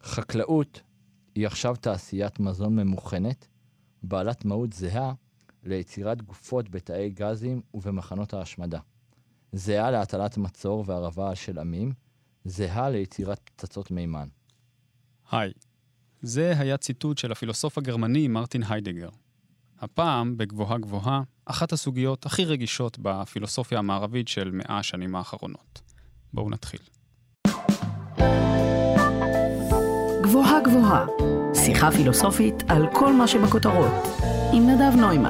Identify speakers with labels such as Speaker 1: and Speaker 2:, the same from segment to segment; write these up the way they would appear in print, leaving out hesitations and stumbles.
Speaker 1: חקלאות היא עכשיו תעשיית מזון ממוכנת, בעלת מהות זהה ליצירת גופות בתאי גזים ובמחנות ההשמדה. זהה להטלת מצור והרבה של עמים, זהה ליצירת פצצות מימן.
Speaker 2: היי, זה היה ציטוט של הפילוסוף הגרמני מרטין היידגר. הפעם, בגבוהה גבוהה, אחת הסוגיות הכי רגישות בפילוסופיה המערבית של 100 השנים האחרונות. בואו נתחיל.
Speaker 3: גבוהה גבוהה, שיחה פילוסופית על כל מה שבכותרות, עם נדב נוימן.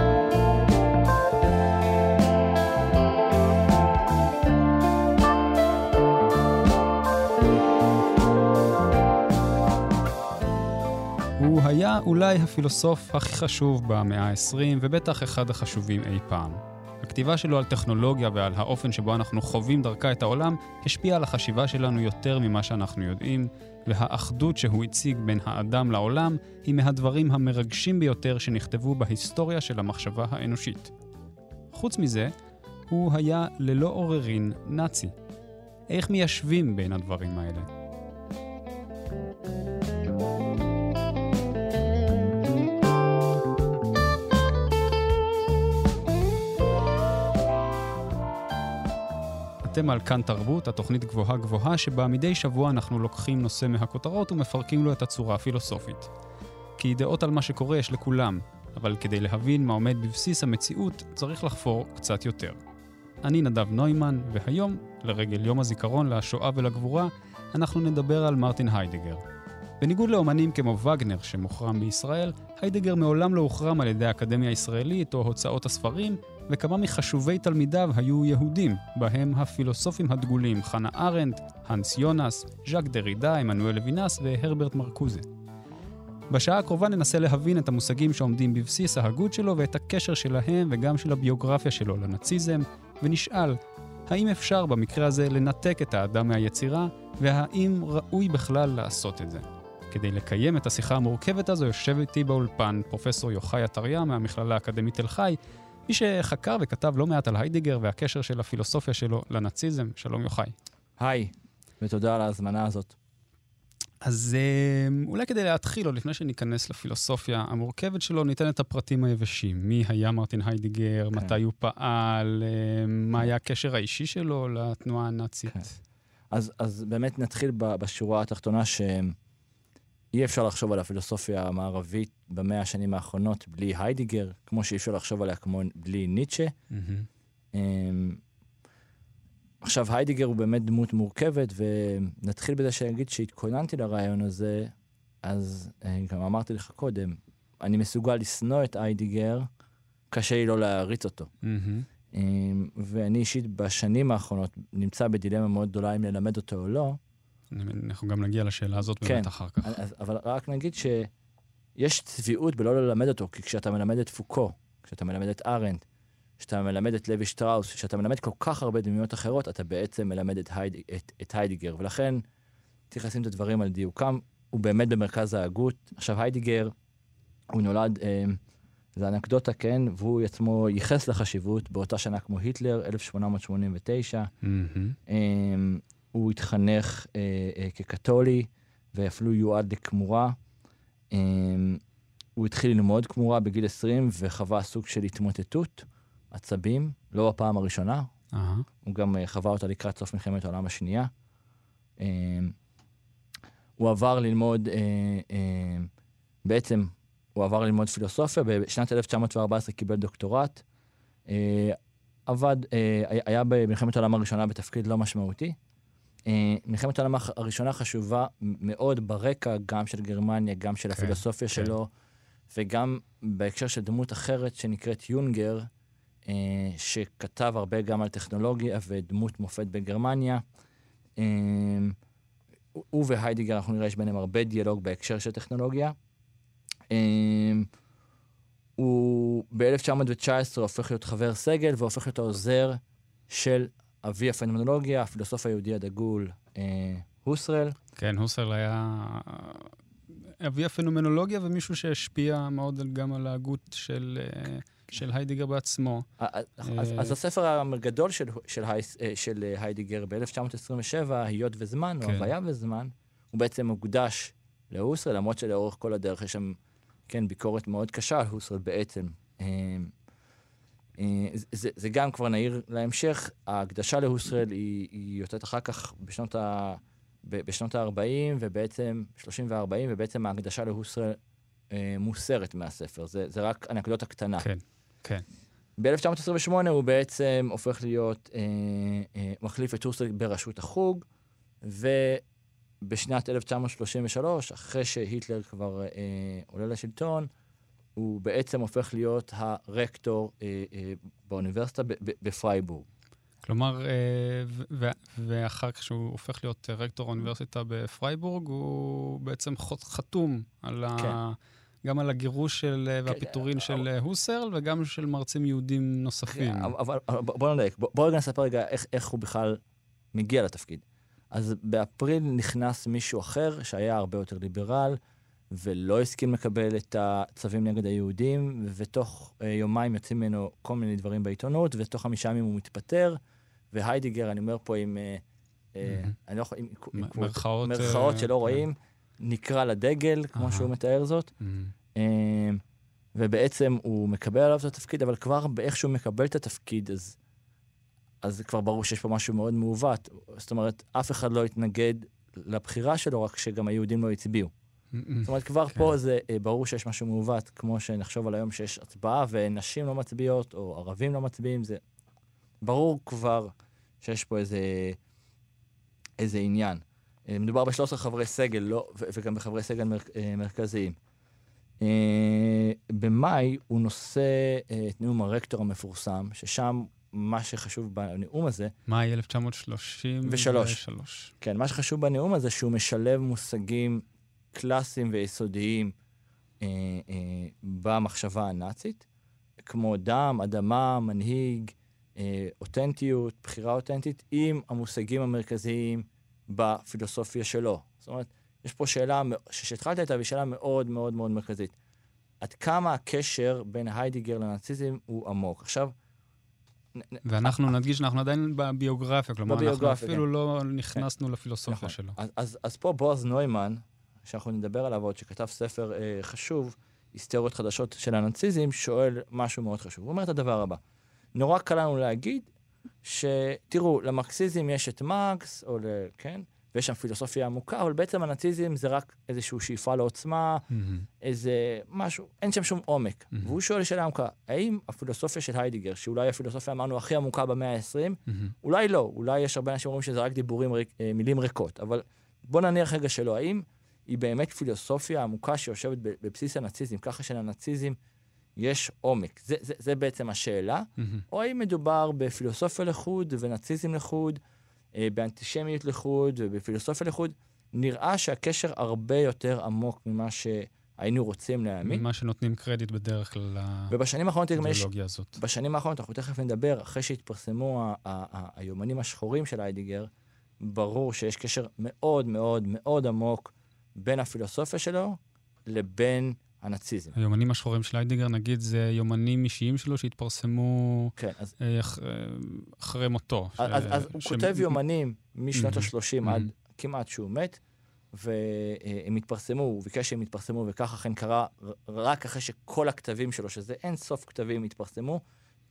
Speaker 2: הוא היה אולי הפילוסוף הכי חשוב במאה ה-20, ובטח אחד החשובים אי פעם. הכתיבה שלו על טכנולוגיה ועל האופן שבו אנחנו חווים דרכה את העולם, השפיעה על החשיבה שלנו יותר ממה שאנחנו יודעים, והאחדות שהוא הציג בין האדם לעולם, היא מהדברים המרגשים ביותר שנכתבו בהיסטוריה של המחשבה האנושית. חוץ מזה, הוא היה ללא עוררין נאצי. איך מיישבים בין הדברים האלה? אתם על כאן תרבות, התוכנית גבוהה גבוהה, שבה מדי שבוע אנחנו לוקחים נושא מהכותרות ומפרקים לו את הצורה הפילוסופית. כי דעות על מה שקורה יש לכולם, אבל כדי להבין מה עומד בבסיס המציאות, צריך לחפור קצת יותר. אני נדב נוימן, והיום, לרגל יום הזיכרון לשואה ולגבורה, אנחנו נדבר על מרטין היידגר. בניגוד לאומנים כמו וגנר שמוחרם בישראל, היידגר מעולם לא הוחרם על ידי האקדמיה הישראלית או הוצאות הספרים, וכמה מחשובי תלמידיו היו יהודים, בהם הפילוסופים הדגולים חנה ארנדט, הנס יונס, ז'אק דרידה, עמנואל לוינס והרברט מרקוזה. בשעה הקרובה ננסה להבין את המושגים שעומדים בבסיס ההגות שלו ואת הקשר שלהם וגם של הביוגרפיה שלו לנאציזם, ונשאל, האם אפשר במקרה הזה לנתק את האדם מהיצירה, והאם ראוי בכלל לעשות את זה? כדי לקיים את השיחה המורכבת הזו יושב איתי באולפן פרופסור יוחאי עטריה מהמכללה האקדמית תל חי, מי שחקר וכתב לא מעט על היידגר והקשר של הפילוסופיה שלו לנאציזם. שלום יוחאי.
Speaker 1: היי, ותודה על ההזמנה הזאת.
Speaker 2: אז אולי כדי להתחיל, או לפני שניכנס לפילוסופיה המורכבת שלו, ניתן את הפרטים היבשים. מי היה מרטין היידגר, מתי הוא פעל, מה היה הקשר האישי שלו לתנועה הנאצית.
Speaker 1: אז באמת נתחיל בשורה התחתונה אי אפשר לחשוב על הפילוסופיה המערבית במאה השנים האחרונות בלי היידגר, כמו שאי אפשר לחשוב עליה כמו בלי ניטשה. עכשיו, היידגר הוא באמת דמות מורכבת, ונתחיל בזה שאני שהתכוננתי לרעיון הזה, אז גם אמרתי לך קודם, אני מסוגל לשנוא את היידגר, קשה לי לא להריץ אותו. ואני אישית בשנים האחרונות נמצא בדילמה מאוד גדולה אם ללמד אותו או לא,
Speaker 2: אנחנו גם נגיע לשאלה הזאת באמת אחר כך.
Speaker 1: אבל רק נגיד שיש צביעות בלא ללמד אותו, כי כשאתה מלמד את פוקו, כשאתה מלמד את ארנדט, כשאתה מלמד את לוי שטראוס, כשאתה מלמד כל כך הרבה דמויות אחרות, אתה בעצם מלמד את היידגר, ולכן צריך לשים את הדברים על דיוקם, הוא באמת במרכז ההגות. עכשיו היידגר, הוא נולד, זה אנקדוטה, כן, והוא עצמו ייחס לחשיבות באותה שנה כמו היטלר, 1889, הוא התחנך כקתולי, ואפילו יועד לכמורה. הוא התחיל ללמוד כמורה בגיל 20, וחווה סוג של התמוטטות, עצבים, לא בפעם הראשונה. הוא גם חווה אותה לקראת סוף מלחמת העולם השנייה. הוא עבר ללמוד, בעצם הוא עבר ללמוד פילוסופיה, בשנת 1914 קיבל דוקטורט, היה במלחמת העולם הראשונה בתפקיד לא משמעותי. מלחמת העולם הראשונה חשובה מאוד ברקע, גם של גרמניה, גם של הפילוסופיה שלו, וגם בהקשר של דמות אחרת שנקראת יונגר, שכתב הרבה גם על טכנולוגיה ודמות מופת בגרמניה. הוא והיידגר, אנחנו נראה, יש ביניהם הרבה דיאלוג בהקשר של טכנולוגיה. הוא ב-1919 הופך להיות חבר סגל, והופך להיות העוזר של אבי הפנומנולוגיה, הפילוסוף היהודי הדגול, הוסרל.
Speaker 2: כן, הוסרל היה אבי הפנומנולוגיה, ומישהו שהשפיע מאוד גם על ההגות של היידגר בעצמו.
Speaker 1: אז הספר הגדול של היידגר ב-1927, היות וזמן, או הוויה וזמן, הוא בעצם מוקדש להוסרל, למרות שלאורך כל הדרך יש שם, כן, ביקורת מאוד קשה על הוסרל בעצם. זה גם כבר נעיר להמשך, ההקדשה להוסרל היא יוצאת אחר כך בשנות ה-40, ובעצם 30 ו-40, ובעצם ההקדשה להוסרל מוסרת מהספר. זה רק אנקדוטה קטנה.
Speaker 2: כן, כן.
Speaker 1: ב-1928 הוא בעצם הופך להיות, מחליף את הוסרל בראשות החוג, ובשנת 1933, אחרי שהיטלר כבר עולה לשלטון, הוא בעצם הופך להיות הרקטור באוניברסיטה בפרייבורג.
Speaker 2: כלומר, ואחר כך שהוא הופך להיות רקטור האוניברסיטה בפרייבורג, הוא בעצם חתום על גם על הגירוש והפיטורין של הוסרל, וגם של מרצים יהודים נוספים.
Speaker 1: אבל בוא נדייק, בוא רגע נספר רגע איך הוא בכלל מגיע לתפקיד. אז באפריל נכנס מישהו אחר, שהיה הרבה יותר ליברל, ולא הסכים לקבל את הצווים נגד היהודים, ותוך יומיים יוצאים ממנו כל מיני דברים בעיתונות, ותוך 5 ימים הוא מתפטר, והיידיגר, אני אומר פה עם מרכאות שלא רואים, נקרא לדגל, כמו שהוא מתאר זאת, ובעצם הוא מקבל עליו את התפקיד, אבל כבר באיך שהוא מקבל את התפקיד, אז כבר ברור שיש פה משהו מאוד מעוות. זאת אומרת, אף אחד לא התנגד לבחירה שלו, רק שגם היהודים לא הצביעו. זאת אומרת, כבר פה זה ברור שיש משהו מעוות, כמו שנחשוב על היום שיש הצבעה, ונשים לא מצביעות, או ערבים לא מצביעים, זה ברור כבר שיש פה איזה עניין. מדובר ב13 חברי סגל, לא, וגם בחברי סגל מרכזיים. במאי הוא נושא את נאום הרקטור המפורסם, ששם מה שחשוב בנאום הזה...
Speaker 2: מאי 1933.
Speaker 1: כן, מה שחשוב בנאום הזה, שהוא משלב מושגים קלאסיים ויסודיים במחשבה הנאצית, כמו דם, אדמה, מנהיג, אותנטיות, בחירה אותנטית, עם המושגים המרכזיים בפילוסופיה שלו. זאת אומרת, יש פה שאלה, שהתחלת איתה, והיא שאלה מאוד מאוד מאוד מרכזית. עד כמה הקשר בין היידיגר לנאציזם הוא עמוק. עכשיו...
Speaker 2: ואנחנו נדגיש שאנחנו עדיין בביוגרפיה, כלומר, אנחנו אפילו לא נכנסנו לפילוסופיה שלו.
Speaker 1: אז פה בועז נוימן, שאנחנו נדבר עליו עוד, שכתב ספר חשוב, היסטוריות חדשות של הנאציזם, שואל משהו מאוד חשוב. הוא אומר את הדבר הבא. נורא קל לנו להגיד שתראו, למרקסיזם יש את מרקס, כן? ויש שם פילוסופיה עמוקה, אבל בעצם הנאציזם זה רק איזושהי שאיפה לעוצמה, איזה משהו, אין שם שום עומק. והוא שואל שאלה עמוקה, האם הפילוסופיה של היידיגר, שאולי הפילוסופיה אמרנו הכי עמוקה במאה ה-20, אולי לא, אולי יש הרבה אנשים אומרים שזה רק דיבורים, מילים ריקות, אבל בוא נניח רגע שלא, האם היא באמת פילוסופיה עמוקה שיושבת בבסיס הנאציזם, ככה שלנאציזם יש עומק. זה בעצם השאלה, או האם מדובר בפילוסופיה לחוד ונאציזם לחוד, באנטישמיות לחוד ובפילוסופיה לחוד, נראה שהקשר הרבה יותר עמוק ממה שהיינו רוצים להאמין.
Speaker 2: ממה שנותנים קרדיט בדרך כלל לאידיאולוגיה הזאת.
Speaker 1: בשנים האחרונות, אנחנו תכף נדבר, אחרי שהתפרסמו היומנים השחורים של היידיגר, ברור שיש קשר מאוד מאוד מאוד עמוק בין הפילוסופיה שלו לבין הנאציזם.
Speaker 2: היומנים השחורים של היידיגר, נגיד, זה יומנים אישיים שלו שהתפרסמו אחרי מותו.
Speaker 1: אז הוא כותב יומנים משנות ה-30 עד כמעט שהוא מת, והם התפרסמו, הוא ביקש שהם התפרסמו, וכך אכן קרה רק אחרי שכל הכתבים שלו, שזה אין סוף כתבים, התפרסמו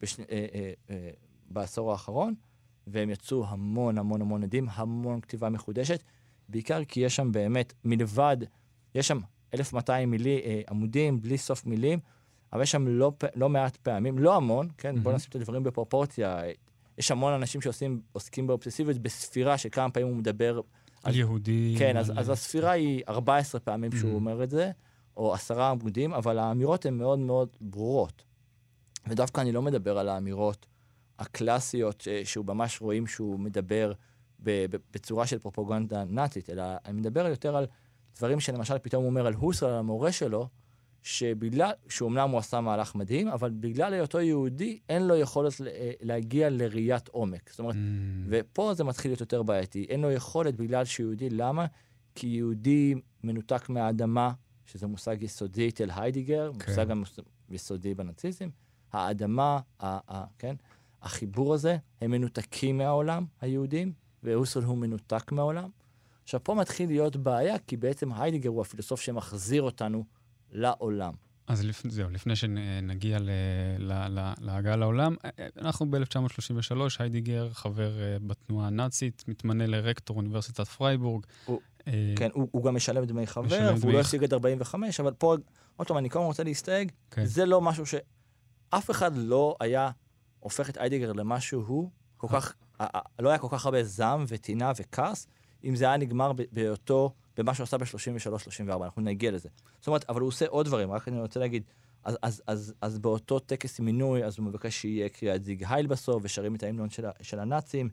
Speaker 1: בעשור האחרון, והם יצאו המון המון המון עדים, המון כתיבה מחודשת, בעיקר כי יש שם באמת, מלבד, יש שם 1200 עמודים, בלי סוף מילים, אבל יש שם לא מעט פעמים, לא המון, כן, בוא נשים את הדברים בפרופורציה, יש המון אנשים שעוסקים באובססיביות, בספירה שכמה פעמים הוא מדבר
Speaker 2: על יהודי.
Speaker 1: כן, אז הספירה היא 14 פעמים שהוא אומר את זה, או 10 עמודים, אבל האמירות הן מאוד מאוד ברורות. ודווקא אני לא מדבר על האמירות הקלאסיות, שהוא ממש רואים שהוא מדבר בצורה של פרופגנדה נאצית, אלא אני מדבר יותר על דברים שלמשל פתאום הוא אומר על הוסרל, על המורה שלו, שאומנם הוא עשה מהלך מדהים, אבל בגלל היותו יהודי, אין לו יכולת להגיע לראיית עומק. זאת אומרת, ופה זה מתחיל להיות יותר בעייתי. אין לו יכולת בגלל שיהודי. למה? כי יהודי מנותק מהאדמה, שזה מושג יסודי אצל היידיגר, מושג יסודי בנאציזם. האדמה, כן? החיבור הזה, הם מנותקים מהעולם, היהודים, והוסרל הוא מנותק מהעולם. עכשיו, פה מתחיל להיות בעיה, כי בעצם היידיגר הוא הפילוסוף שמחזיר אותנו לעולם.
Speaker 2: אז זהו, לפני שנגיע להגעה לעולם, אנחנו ב-1933, היידיגר, חבר בתנועה הנאצית, מתמנה לרקטור אוניברסיטת פרייבורג.
Speaker 1: כן, הוא גם משלם דמי חבר, והוא לא השיג את 45, אבל פה, עוד פעם, אני כמובן רוצה להסתייג, זה לא משהו שאף אחד לא היה הופך את היידיגר למשהו הוא כל כך, לא היה כל כך הרבה זעם וטינה וכעס, אם זה היה נגמר באותו, במה שהוא עשה ב-33-34, אנחנו נגיע לזה. זאת אומרת, אבל הוא עושה עוד דברים, רק אני רוצה להגיד, אז באותו טקס מינוי, אז הוא מבקש שיהיה קריאת זיג הייל בסוף, ושרים את ההמנון של הנאצים.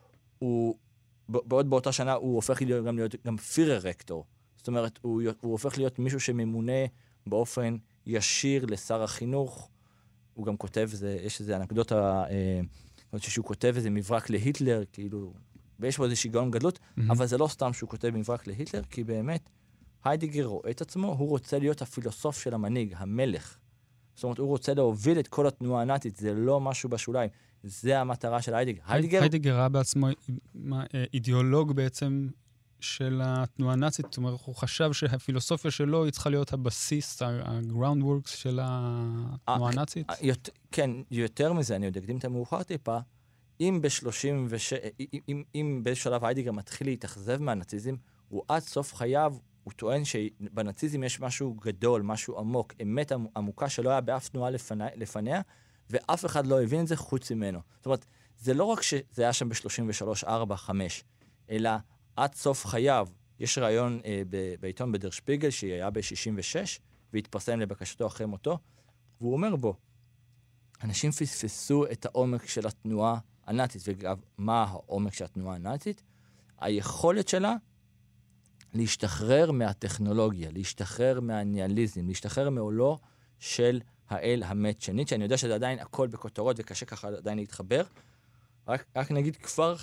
Speaker 1: באותה שנה הוא הופך להיות גם פירר רקטור. זאת אומרת, הוא הופך להיות מישהו שממונה באופן ישיר לשר החינוך. הוא גם כותב, יש איזו אנקדוטה, שהוא כותב איזה מברק להיטלר, כאילו, ויש בו איזה שיגעון גדלות, אבל זה לא סתם שהוא כותב מברק להיטלר, כי באמת, היידיגר רואה את עצמו, הוא רוצה להיות הפילוסוף של המנהיג, המלך. זאת אומרת, הוא רוצה להוביל את כל התנועה הנאצית, זה לא משהו בשוליים, זה המטרה של היידיגר.
Speaker 2: היידיגר ראה בעצמו אידיאולוג בעצם של התנועה הנאצית, זאת אומרת, הוא חשב שהפילוסופיה שלו היא צריכה להיות הבסיס, ה-groundworks של התנועה הנאצית?
Speaker 1: כן, יותר מזה, אני עוד אקדים את המאוחר טיפה, אם בשלב היידיגר מתחיל להתאכזב מהנאציזם, הוא עד סוף חייו, הוא טוען שבנאציזם יש משהו גדול, משהו עמוק, אמת עמוקה שלא היה באף תנועה לפניה, ואף אחד לא הבין את זה חוץ ממנו. זאת אומרת, זה לא רק שזה היה שם ב-33, 4, 5, אלא עד סוף חייו, יש רעיון בעיתון בדר שפיגל, שהיה ב-66, והתפרסם לבקשתו אחרי מותו, והוא אומר בו, אנשים פספסו את העומק של התנועה הנאצית, וגם מה העומק של התנועה הנאצית? היכולת שלה להשתחרר מהטכנולוגיה, להשתחרר מהניאליזם, להשתחרר מעולו של האל המת שנית, שאני יודע שזה עדיין הכל בכותרות וקשה ככה עדיין להתחבר. רק נגיד כבר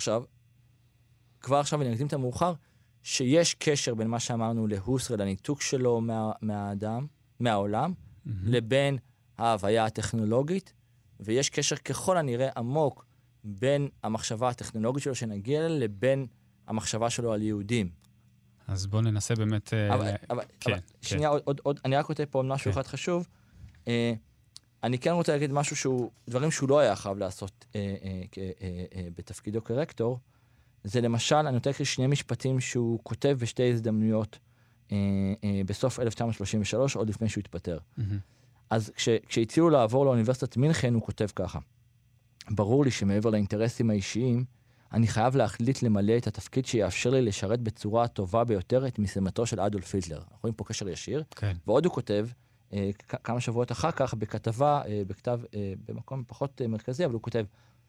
Speaker 1: עכשיו אני אקדים את המאוחר, שיש קשר בין מה שאמרנו להוסרל, לניתוק שלו מהעולם, לבין ההוויה הטכנולוגית, ויש קשר ככל הנראה עמוק בין המחשבה הטכנולוגית שלו שנגיע לה, לבין המחשבה שלו על יהודים.
Speaker 2: אז בואו ננסה באמת...
Speaker 1: שנייה, אני רק כותב פה משהו אחד חשוב. אני כן רוצה להגיד דברים שהוא לא היה חייב לעשות בתפקידו כרקטור. זה למשל, אני רוצה להקריא שני משפטים שהוא כותב בשתי הזדמנויות בסוף 1933, עוד לפני שהוא התפטר. אז כשהציעו לעבור לאוניברסיטת מינכן, הוא כותב ככה. ברור לי שמעבר לאינטרסים האישיים, אני חייב להחליט למלא את התפקיד שיאפשר לי לשרת בצורה הטובה ביותר את משימתו של אדולף היטלר. אנחנו רואים פה קשר ישיר. כן. ועוד הוא כותב, כמה שבועות אחר כך, בכתבה, בכתב, במקום פחות מרכזי, אבל הוא כותב,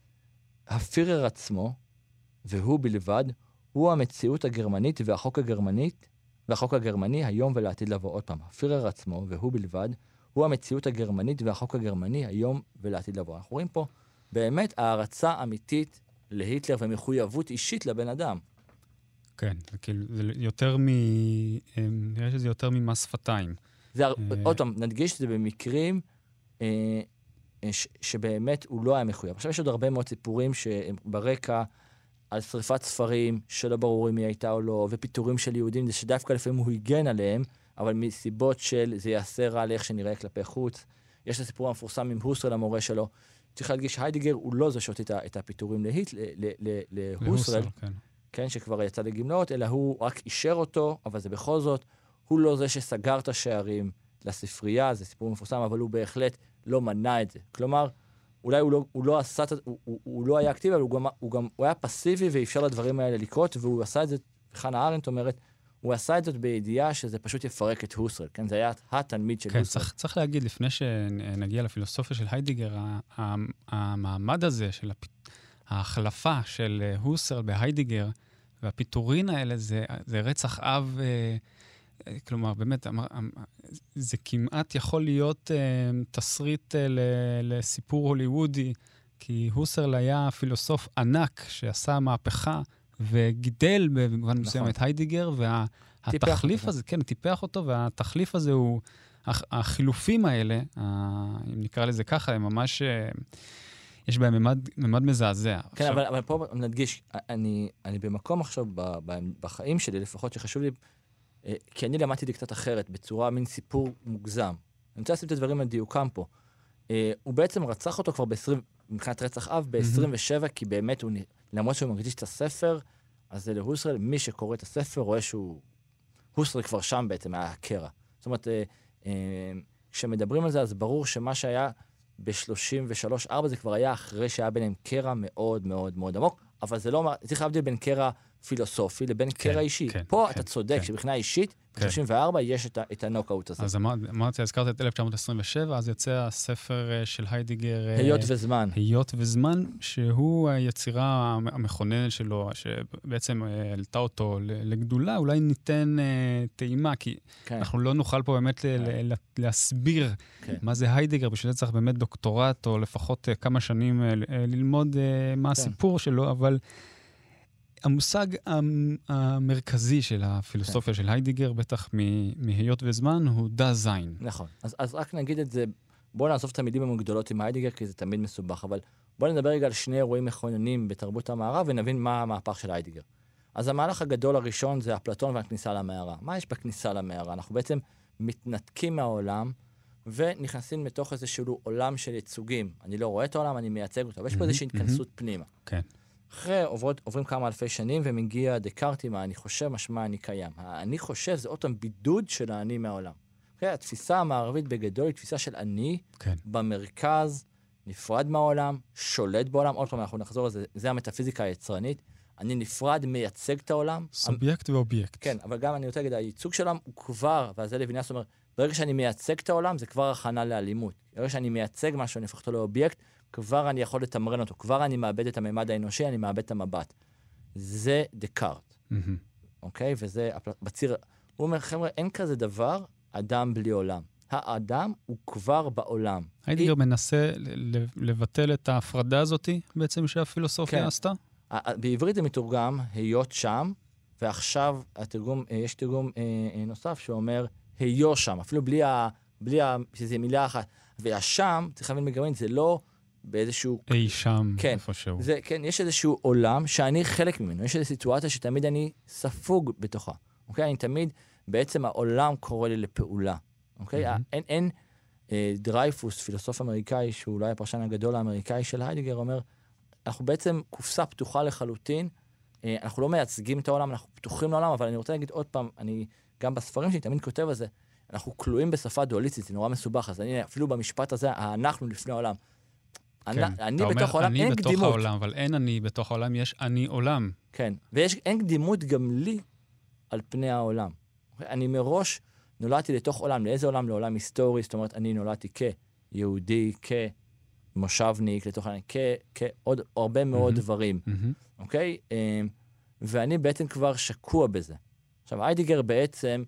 Speaker 1: הפירר עצמו, והוא בלבד, הוא המציאות הגרמנית והחוק הגרמני היום ולעתיד לבוא. עוד פעם, הפירר עצמו, והוא בלבד, הוא המציאות הגרמנית והחוק הגרמני היום ולעתיד לבוא. אנחנו רואים פה באמת הערצה אמיתית להיטלר ומחויבות אישית לבן אדם.
Speaker 2: כן, זה כאילו, זה יותר נראה שזה יותר ממס שפתיים.
Speaker 1: עוד פעם, נדגיש שזה במקרים שבאמת הוא לא היה מחויב. עכשיו יש עוד הרבה מאוד סיפורים שברקע על שריפת ספרים שלא ברורים מי הייתה או לא, ופיטורים של יהודים, זה שדווקא לפעמים הוא הגן עליהם, אבל מסיבות של זה יעשה רע לאיך שנראה כלפי חוץ. יש את הסיפור המפורסם עם הוסרל, המורה שלו. צריך להדגיש, היידיגר הוא לא זה שהוציא את הפיטורים להוסרל, כן, שכבר יצא לגמלאות, אלא הוא רק אישר אותו, אבל זה בכל זאת, הוא לא זה שסגר את השערים לספרייה, זה סיפור מפורסם, אבל הוא בהחלט לא מנע את זה. כלומר, אולי הוא לא עשה, הוא לא היה אקטיבי, אבל הוא היה פסיבי ואפשר לדברים האלה לקרות, והוא עשה את זה, חנה ארנדט אומרת, הוא עשה את זאת בידיעה שזה פשוט יפרק את הוסרל, כן? זה היה התלמיד של הוסרל.
Speaker 2: כן, צריך להגיד, לפני שנגיע לפילוסופיה של היידיגר, המעמד הזה של ההחלפה של הוסרל בהיידיגר, והפיטורין האלה, זה רצח אב, כלומר, באמת, זה כמעט יכול להיות תסריט לסיפור הוליוודי, כי הוסרל היה פילוסוף ענק שעשה מהפכה, וגידל במובן מסוים את היידיגר, והתחליף הזה, כן, טיפח אותו, והתחליף הזה הוא, החילופים האלה, אם נקרא לזה ככה, הם ממש יש בהם ממד מזעזע.
Speaker 1: כן, אבל פה נדגיש, אני במקום עכשיו בחיים שלי, לפחות שחשוב לי, כי אני למדתי לי קצת אחרת, בצורה מין סיפור מוגזם. אני רוצה לשים את הדברים על דיוקם פה. הוא בעצם רצח אותו כבר מבחינת רצח אב, ב-27, כי באמת למרות שהוא מרגיש את הספר, אז זה להוסרל, מי שקורא את הספר רואה שהוא, הוסרל כבר שם בעצם, היה הקרע. זאת אומרת, כשמדברים על זה, אז ברור שמה שהיה ב-33-4 זה כבר היה אחרי שהיה ביניהם קרע מאוד מאוד מאוד עמוק, אבל זה לא, צריך להבדיל בין קרע פילוסופי לבין קרע אישי. פה אתה צודק שבבחינה אישית, ב-34 יש את הנוקאוט הזה.
Speaker 2: אז אמרתי, הזכרת את 1927, אז יצא הספר של היידיגר...
Speaker 1: היות וזמן.
Speaker 2: היות וזמן, שהוא היצירה המכוננת שלו, שבעצם העלתה אותו לגדולה, אולי ניתן טעימה, כי אנחנו לא נוכל פה באמת להסביר מה זה היידיגר, בשביל זה צריך באמת דוקטורט, או לפחות כמה שנים ללמוד מה הסיפור שלו, אבל... המושג המרכזי של הפילוסופיה של היידיגר, בטח מהיות וזמן, הוא דה זיין.
Speaker 1: נכון. אז רק נגיד את זה, בואו נעזוב את המילים המגדולות עם היידיגר, כי זה תמיד מסובך, אבל בואו נדבר רגע על שני אירועים מכוננים בתרבות המערב, ונבין מה המהפך של היידיגר. אז המהלך הגדול הראשון זה אפלטון והכניסה למערה. מה יש בכניסה למערה? אנחנו בעצם מתנתקים מהעולם, ונכנסים מתוך איזשהו עולם של ייצוגים. אני לא רואה את העולם, אני מייצג אותו. ויש פה איזושהי התכנסות פנימה.
Speaker 2: כן.
Speaker 1: אחרי עוברים כמה אלפי שנים, ומגיע דקארט עם אני חושב, משמע אני קיים. אני חושב, זה אותם בידוד של האני מהעולם. התפיסה המערבית בגדול היא תפיסה של אני במרכז, נפרד מהעולם, שולט בעולם. עוד פעם, אנחנו נחזור לזה, זה המטאפיזיקה היצרנית. אני נפרד, מייצג את העולם.
Speaker 2: סובייקט ואובייקט.
Speaker 1: כן, אבל גם אני רוצה להגיד, הייצוג של העולם הוא כבר, וזה לוינס אומר, ברגע שאני מייצג את העולם, זה כבר הכנה לאלימות. ברגע שאני מייצג משהו, אני הופך אותו לאובייקט, כבר אני יכול לתמרן אותו, כבר אני מאבד את הממד האנושי, אני מאבד את המבט. זה דקארט. אוקיי? וזה בציר... הוא אומר, חבר'ה, אין כזה דבר, אדם בלי עולם. האדם הוא כבר בעולם.
Speaker 2: היידיגר מנסה לבטל את ההפרדה הזאת, בעצם שהפילוסופיה עשתה?
Speaker 1: בעברית זה מתורגם, היות שם, ועכשיו יש תרגום נוסף שאומר, היו שם, אפילו בלי שזה מילה אחת. והשם, צריך להבין בגרמנית, זה לא באיזשהו...
Speaker 2: אי שם, איפשהו.
Speaker 1: כן, יש איזשהו עולם שאני חלק ממנו. יש איזו סיטואציה שתמיד אני ספוג בתוכה. אוקיי? אני תמיד, בעצם העולם קורא לי לפעולה. אוקיי? אין דרייפוס, פילוסוף אמריקאי, שהוא אולי הפרשן הגדול האמריקאי של היידיגר, אומר, אנחנו בעצם קופסה פתוחה לחלוטין, אנחנו לא מייצגים את העולם, אנחנו פתוחים לעולם, אבל אני רוצה להגיד עוד פעם, אני גם בספרים שלי תמיד כותב על זה, אנחנו כלואים בשפה דואליסטית, זה נורא מסובך, אז אני אפילו במשפט הזה, אנחנו לפני העולם. אני בתוך העולם, אין קדימות. אני בתוך
Speaker 2: העולם, אבל אין אני בתוך העולם, יש אני עולם.
Speaker 1: כן, ואין קדימות גם לי על פני העולם. אני מראש נולדתי לתוך עולם, לאיזה עולם? לעולם היסטורי, זאת אומרת, אני נולדתי כיהודי, כמושבניק, לתוך העולם, כעוד הרבה מאוד דברים. אוקיי? ואני בעצם כבר שקוע בזה. עכשיו, היידיגר בעצם,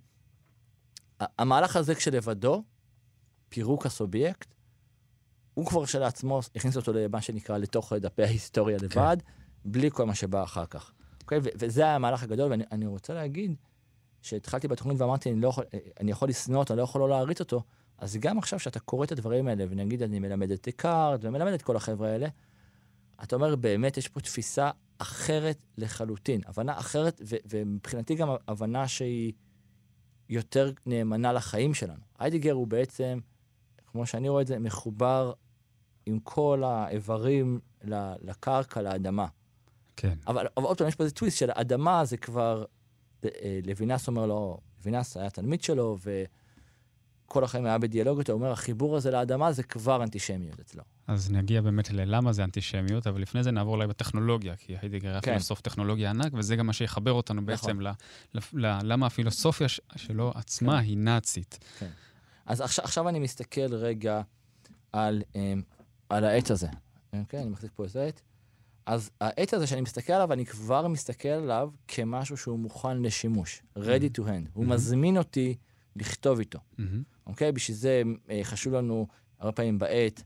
Speaker 1: המהלך הזה כשלבדו, פירוק הסובייקט, הוא כבר שלעצמו הכניס אותו למה שנקרא לתוך דפי ההיסטוריה לבד, בלי כל מה שבא אחר כך. אוקיי? וזה היה המהלך הגדול, ואני רוצה להגיד, שהתחלתי בתוכנית ואמרתי, אני יכול לסנוע אותו, אני לא יכול לא להריץ אותו, אז גם עכשיו שאתה קורא את הדברים האלה, ונגיד אני מלמד את דקארט, ומלמד את כל החבר'ה האלה, אתה אומר, באמת יש פה תפיסה אחרת לחלוטין, הבנה אחרת, ומבחינתי גם הבנה שהיא יותר נאמנה לחיים שלנו. היידיגר הוא בעצם, כמו שאני רואה את זה, מחובר עם כל האיברים לקרקע, לאדמה.
Speaker 2: כן.
Speaker 1: אבל עוד פעם, יש פה איזה טוויסט של האדמה, זה כבר, לוינס אומר לו, לוינס היה תלמיד שלו, וכל החיים היה בדיאלוג אותו, הוא אומר, החיבור הזה לאדמה זה כבר אנטישמיות אצלו. אז
Speaker 2: נגיע באמת ללמה זה אנטישמיות, אבל לפני זה נעבור אולי בטכנולוגיה, כי היידיגר היה פילוסוף טכנולוגיה ענק, וזה גם מה שיחבר אותנו בעצם למה הפילוסופיה שלו עצמה היא נאצית.
Speaker 1: כן. אז עכשיו אני מסתכל רגע על העץ הזה. אוקיי? אני מחזיק פה את העץ. אז העץ הזה שאני מסתכל עליו, אני כבר מסתכל עליו כמשהו שהוא מוכן לשימוש. ready to hand. הוא מזמין אותי לכתוב איתו. אוקיי? בשביל זה חשוב לנו הרבה פעמים בעט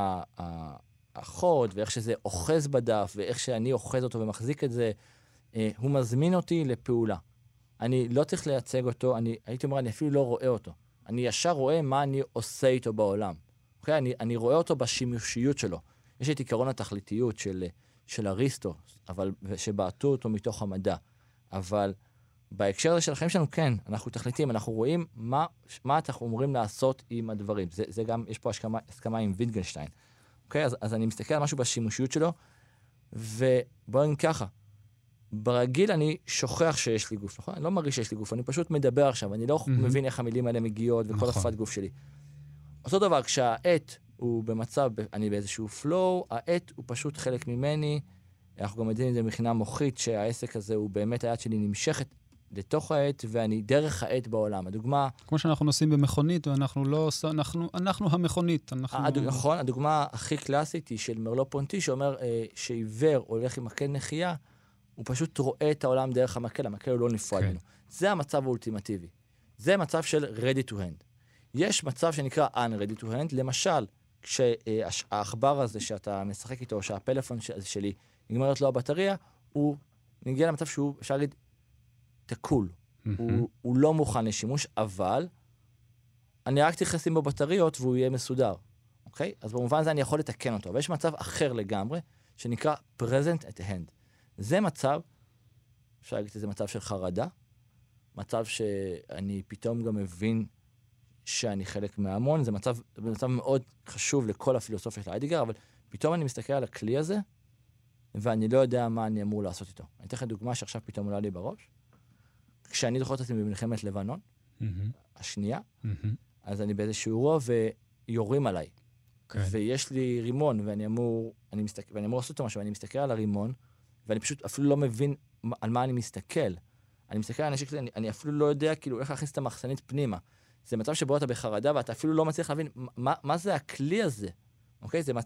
Speaker 1: החוד, ואיך שזה אוחז בדף, ואיך שאני אוחז אותו ומחזיק את זה. הוא מזמין אותי לפעולה. אני לא צריך לייצג אותו, הייתי אומר, אני אפילו לא רואה אותו. אני ישר רואה מה אני עושה איתו בעולם. אוקיי? אני רואה אותו בשימושיות שלו. יש את עיקרון התכליתיות של אריסטו, אבל שבעטו אותו מתוך המדע. אבל בהקשר הזה של החיים שלנו, כן, אנחנו תכליתים, אנחנו רואים מה אנחנו אומרים לעשות עם הדברים. זה גם, יש פה הסכמה עם ויטגנשטיין. אוקיי? אז אני מסתכל על משהו בשימושיות שלו, ובואו נגיד ככה, ברגיל אני שוכח שיש לי גוף, נכון? אני לא מרגיש שיש לי גוף, אני פשוט מדבר עכשיו, אני לא מבין איך המילים האלה מגיעות, וכל השפת גוף שלי. אותו דבר, כשהעט הוא במצב, אני באיזשהו פלואו, העט הוא פשוט חלק ממני, אנחנו גם יודעים את זה מבחינה מוחית, שהעסק הזה הוא באמת, היד שלי נמשכת לתוך העט, ואני דרך העט בעולם. הדוגמה...
Speaker 2: כמו שאנחנו נוסעים במכונית, ואנחנו לא... אנחנו המכונית.
Speaker 1: נכון, הדוגמה הכי קלאסית היא של מרלו פונטי, שאומר שעיוור הולך עם מקל נחייה, הוא פשוט רואה את העולם דרך המקל, המקל הוא לא נפרד ממנו. זה המצב האולטימטיבי. זה מצב של ready to hand. יש מצב שנקרא unready to hand, למשל, כשהעכבר הזה שאתה משחק איתו, או שהפלאפון שלי נגמרת לו הבטריה, הוא מגיע למצב שהוא, אפשר להגיד, תקול. הוא לא מוכן לשימוש, אבל אני רק צריך לשים בו בטריות והוא יהיה מסודר. אוקיי? אז במובן הזה אני יכול לתקן אותו. אבל יש מצב אחר לגמרי, שנקרא present at hand. זה מצב, אפשר להגיד שזה מצב של חרדה, מצב שאני פתאום גם מבין שאני חלק מהמון, זה מצב מאוד חשוב לכל הפילוסופיה של היידיגר, אבל פתאום אני מסתכל על הכלי הזה, ואני לא יודע מה אני אמור לעשות איתו. אני אתן לך דוגמה שעכשיו פתאום עולה לי בראש. כשאני זוכר את עצמי במלחמת לבנון, השנייה, אז אני באיזשהו אירוע ויורים עליי. ויש לי רימון, ואני אמור לעשות אותו משהו, ואני מסתכל על הרימון, ואני פשוט אפילו לא מבין על מה אני מסתכל. אני מסתכל על הנשק שלי, אני אפילו לא יודע כאילו איך להכניס את המחסנית פנימה. זה מצב שבו אתה בחרדה, ואתה אפילו לא מצליח להבין מה זה הכלי הזה. אוקיי? זה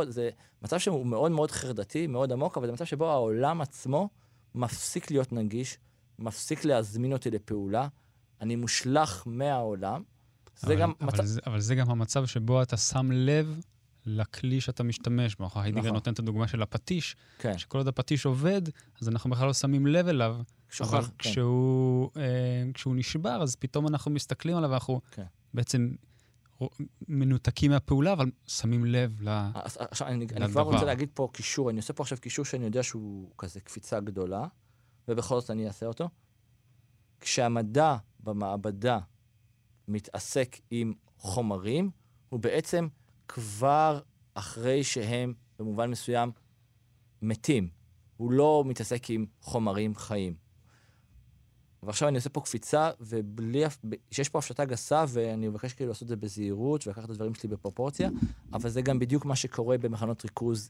Speaker 1: מצב שהוא מאוד מאוד חרדתי, מאוד עמוק, אבל זה מצב שבו העולם עצמו מפסיק להיות נגיש, מפסיק להזמין אותי לפעולה, אני מושלח מהעולם.
Speaker 2: אבל זה גם המצב שבו אתה שם לב לכלי שאתה משתמש בו. היידיגר נותן את הדוגמה של הפטיש, שכל עוד הפטיש עובד, אז אנחנו בכלל לא שמים לב אליו, אבל כשהוא נשבר, אז פתאום אנחנו מסתכלים עליו, ואנחנו בעצם מנותקים מהפעולה, אבל שמים לב לדבר.
Speaker 1: אני כבר רוצה להגיד פה קישור, אני עושה פה עכשיו קישור שאני יודע שהוא כזה קפיצה גדולה, ובכל זאת אני אעשה אותו. כשהמדע במעבדה מתעסק עם חומרים, הוא בעצם כבר אחרי שהם במובן מסוים מתים. הוא לא מתעסק עם חומרים חיים. ועכשיו אני עושה פה קפיצה, שיש פה הפשטה גסה, ואני מבקש כאילו לעשות את זה בזהירות, ולקחת את הדברים שלי בפרופורציה, אבל זה גם בדיוק מה שקורה במחנות ריכוז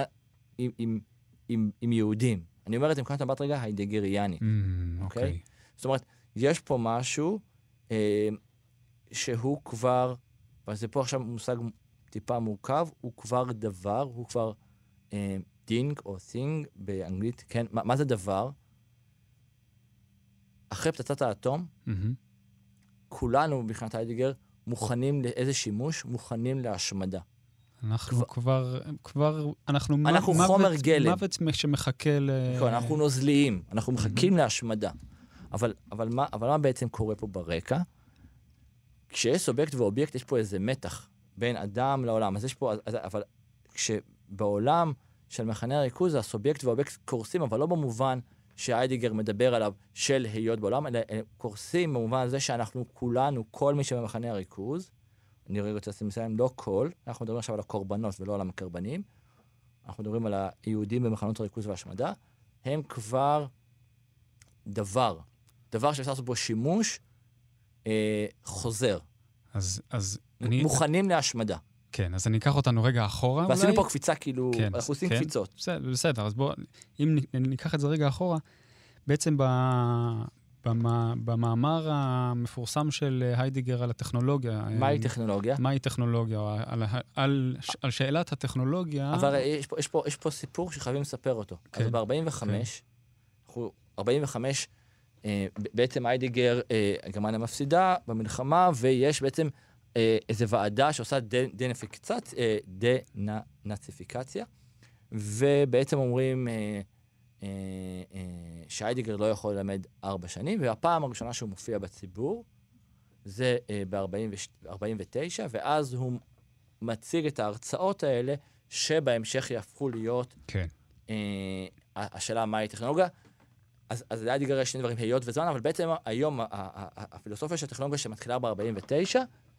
Speaker 1: עם יהודים. אני אומר את זה מבחינת מבט רגע היידיגריאני. אוקיי? זאת אומרת, יש פה משהו שהוא כבר, וזה פה עכשיו מושג טיפה מורכב, הוא כבר דבר, הוא כבר thing או thing באנגלית, כן? מה זה דבר? אחרי פצצת האטום, כולנו מבחינת היידיגר מוכנים לאיזה שימוש, מוכנים להשמדה.
Speaker 2: אנחנו אנחנו
Speaker 1: חומר גלם.
Speaker 2: מוות שמחכה
Speaker 1: אנחנו נוזליים, אנחנו מחכים להשמדה. אבל מה בעצם קורה פה ברקע? כשיש סובייקט ואובייקט, יש פה איזה מתח בין אדם לעולם. אז יש פה, אבל כשבעולם של מחנה הריכוז, הסובייקט והאובייקט קורסים, אבל לא במובן שהיידיגר מדבר עליו של היות בעולם, אלא קורסים במובן הזה שאנחנו כולנו, כל מי שבמחנה הריכוז, אני רגע רוצה לסיים, לא כל, אנחנו מדברים עכשיו על הקורבנות ולא על המקרבנים, אנחנו מדברים על היהודים במחנות הריכוז והשמדה, הם כבר דבר שאפשר לעשות בו שימוש חוזר.
Speaker 2: אז
Speaker 1: מוכנים להשמדה.
Speaker 2: כן, אז אני אקח אותנו רגע אחורה.
Speaker 1: ועשינו פה קפיצה, כאילו, אנחנו עושים קפיצות.
Speaker 2: בסדר, אז בואו, אם ניקח את זה רגע אחורה, בעצם במאמר המפורסם של היידיגר על הטכנולוגיה.
Speaker 1: מהי טכנולוגיה?
Speaker 2: מהי טכנולוגיה, על שאלת הטכנולוגיה.
Speaker 1: אבל יש פה סיפור שחייבים לספר אותו. אז ב-45, בעצם היידיגר, גרמניה מפסידה במלחמה, ויש בעצם איזו ועדה שעושה דנאציפיקציה, ובעצם אומרים שהיידיגר לא יכול ללמד 4 שנים, והפעם הראשונה שהוא מופיע בציבור, זה ב-49, ואז הוא מציג את ההרצאות האלה שבהמשך יהפכו להיות השאלה מהי טכנולוגיה. אז להיידיגר יש שני דברים, היות וזמן, אבל בעצם היום הפילוסופיה של הטכנולוגיה שמתחילה ב-49,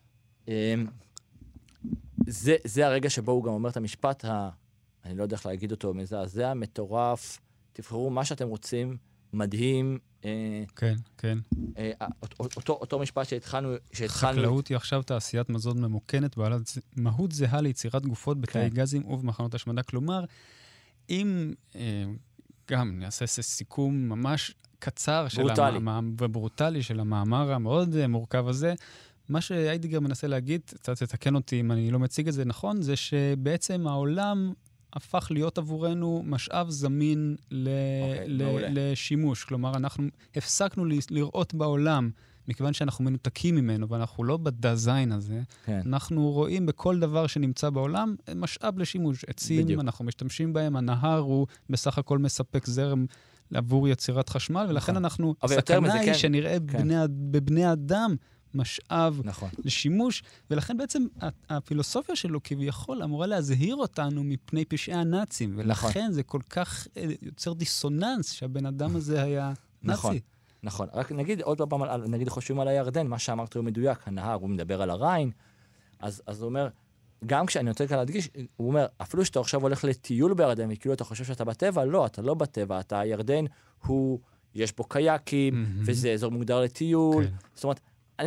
Speaker 1: זה הרגע שבו הוא גם אומר את המשפט, אני לא יודע איך להגיד אותו, מזעזע, מטורף, תבחרו מה שאתם רוצים, מדהים.
Speaker 2: כן, כן.
Speaker 1: אותו משפט שהתחלנו...
Speaker 2: חקלאות היא עכשיו תעשיית מזון ממוכנת, בעלת מהות זהה ליצירת גופות בתאי גזים ובמחנות השמדה. כלומר, אם גם נעשה סיכום ממש קצר וברוטלי של המאמר המאוד מורכב הזה, מה שהיידיגר מנסה להגיד, קצת תתקן אותי אם אני לא מציג את זה נכון, זה שבעצם העולם הפך להיות עבורנו משאב זמין לשימוש. כלומר, אנחנו הפסקנו לראות בעולם, מכיוון שאנחנו מנותקים ממנו, ואנחנו לא בדזיין הזה, אנחנו רואים בכל דבר שנמצא בעולם משאב לשימוש. עצים, אנחנו משתמשים בהם, הנהר הוא בסך הכל מספק זרם עבור יצירת חשמל, ולכן אנחנו, הסכנה היא שנראה בבני אדם משאב לשימוש, ולכן בעצם הפילוסופיה שלו כביכול אמורה להזהיר אותנו מפני פשעי הנאצים, ולכן זה כל כך יוצר דיסוננס שהבן אדם הזה היה נאצי.
Speaker 1: נכון. רק נגיד עוד פעם, נגיד חושבים על הירדן, מה שאמרת הוא מדויק, הנהר, הוא מדבר על הריין, אז הוא אומר, גם כשאני רוצה כאן להדגיש, הוא אומר, אפילו שאתה עכשיו הולך לטיול בירדן, וכאילו אתה חושב שאתה בטבע, לא, אתה לא בטבע, אתה הירדן, יש בו קייקים, וזה אזור מוגדר לטיול, זאת אומרת,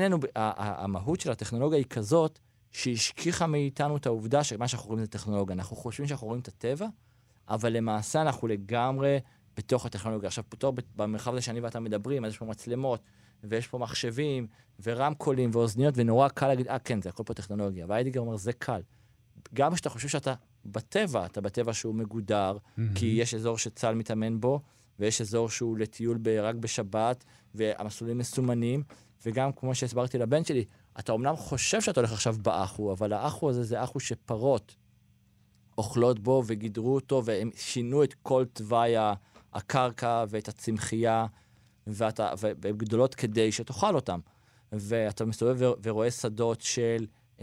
Speaker 1: המהות של הטכנולוגיה היא כזאת, שהשכיחה מאיתנו את העובדה שמה שאנחנו רואים זה טכנולוגיה. אנחנו חושבים שאנחנו רואים את הטבע, אבל למעשה אנחנו לגמרי בתוך הטכנולוגיה. עכשיו, פתאום במרחב הזה שאני ואתה מדברים, אז יש פה מצלמות, ויש פה מחשבים, ורמקולים, ואוזניות, ונורא קל להגיד, כן, זה הכל פה טכנולוגיה. והיידיגר אומר, זה קל. גם כשאתה חושב שאתה בטבע, אתה בטבע שהוא מגודר, כי יש אזור שצה"ל מתאמן בו, ויש אזור שהוא לטיול רק בשבת, והמסלולים מסומנים, וגם כמו שהסברתי לבן שלי, אתה אומנם חושב שאתה הולך עכשיו באחו, אבל האחו הזה זה אחו שפרות אוכלות בו וגידרו אותו, והם שינו את כל תוואי הקרקע ואת הצמחייה, והן גדולות כדי שתאכל אותם. ואתה מסתובב ורואה שדות של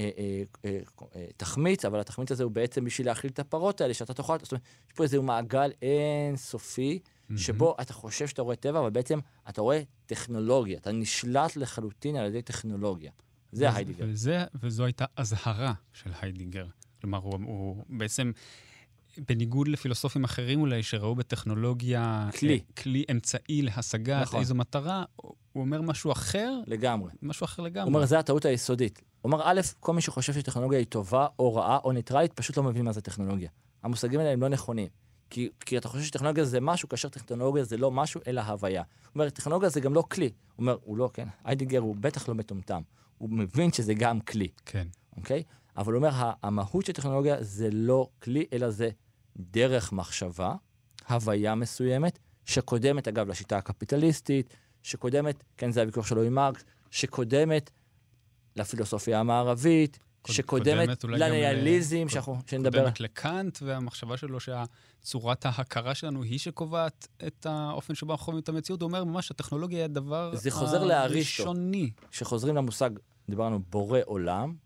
Speaker 1: תחמיץ, אבל התחמיץ הזה הוא בעצם בשביל להאכיל את הפרות האלה, שאתה תאכל. זאת אומרת, יש פה איזה מעגל אינסופי, שבו אתה חושב שאתה רואה טבע, אבל בעצם אתה רואה טכנולוגיה. אתה נשלט לחלוטין על ידי טכנולוגיה. זה היידיגר.
Speaker 2: וזו הייתה הזהרה של היידיגר. כלומר, הוא בעצם, בניגוד לפילוסופים אחרים אולי, שראו בטכנולוגיה כלי אמצעי להשגת איזו מטרה, הוא אומר משהו אחר.
Speaker 1: לגמרי.
Speaker 2: משהו אחר לגמרי.
Speaker 1: הוא אומר, זה הטעות היסודית. הוא אומר, א', כל מי שחושב שטכנולוגיה היא טובה או רעה או ניטרלית, פשוט לא מבין מה זה טכנולוגיה. המושגים האלה הם לא נכונים. כי אתה חושב שטכנולוגיה זה משהו, כאשר טכנולוגיה זה לא משהו, אלא הוויה. הוא אומר, טכנולוגיה זה גם לא כלי. הוא אומר, הוא לא, כן. היידיגר הוא בטח לא מטומטם. הוא מבין שזה גם כלי.
Speaker 2: כן.
Speaker 1: אוקיי? אבל הוא אומר, המהות של טכנולוגיה זה לא כלי, אלא זה דרך מחשבה, הוויה מסוימת, שקודמת, אגב, לשיטה הקפיטליסטית, שקודמת, כן, זה הוויכוח שלו עם מרקס, שקודמת לפילוסופיה המערבית, שקודמת לניאליזם, שנדבר...
Speaker 2: קודמת לקאנט, והמחשבה שלו שהצורת ההכרה שלנו היא שקובעת את האופן שבו אנחנו חווים את המציאות. הוא אומר ממש, הטכנולוגיה היא הדבר הראשוני.
Speaker 1: זה חוזר לאריסטו. שחוזרים למושג, דיברנו, בורא עולם,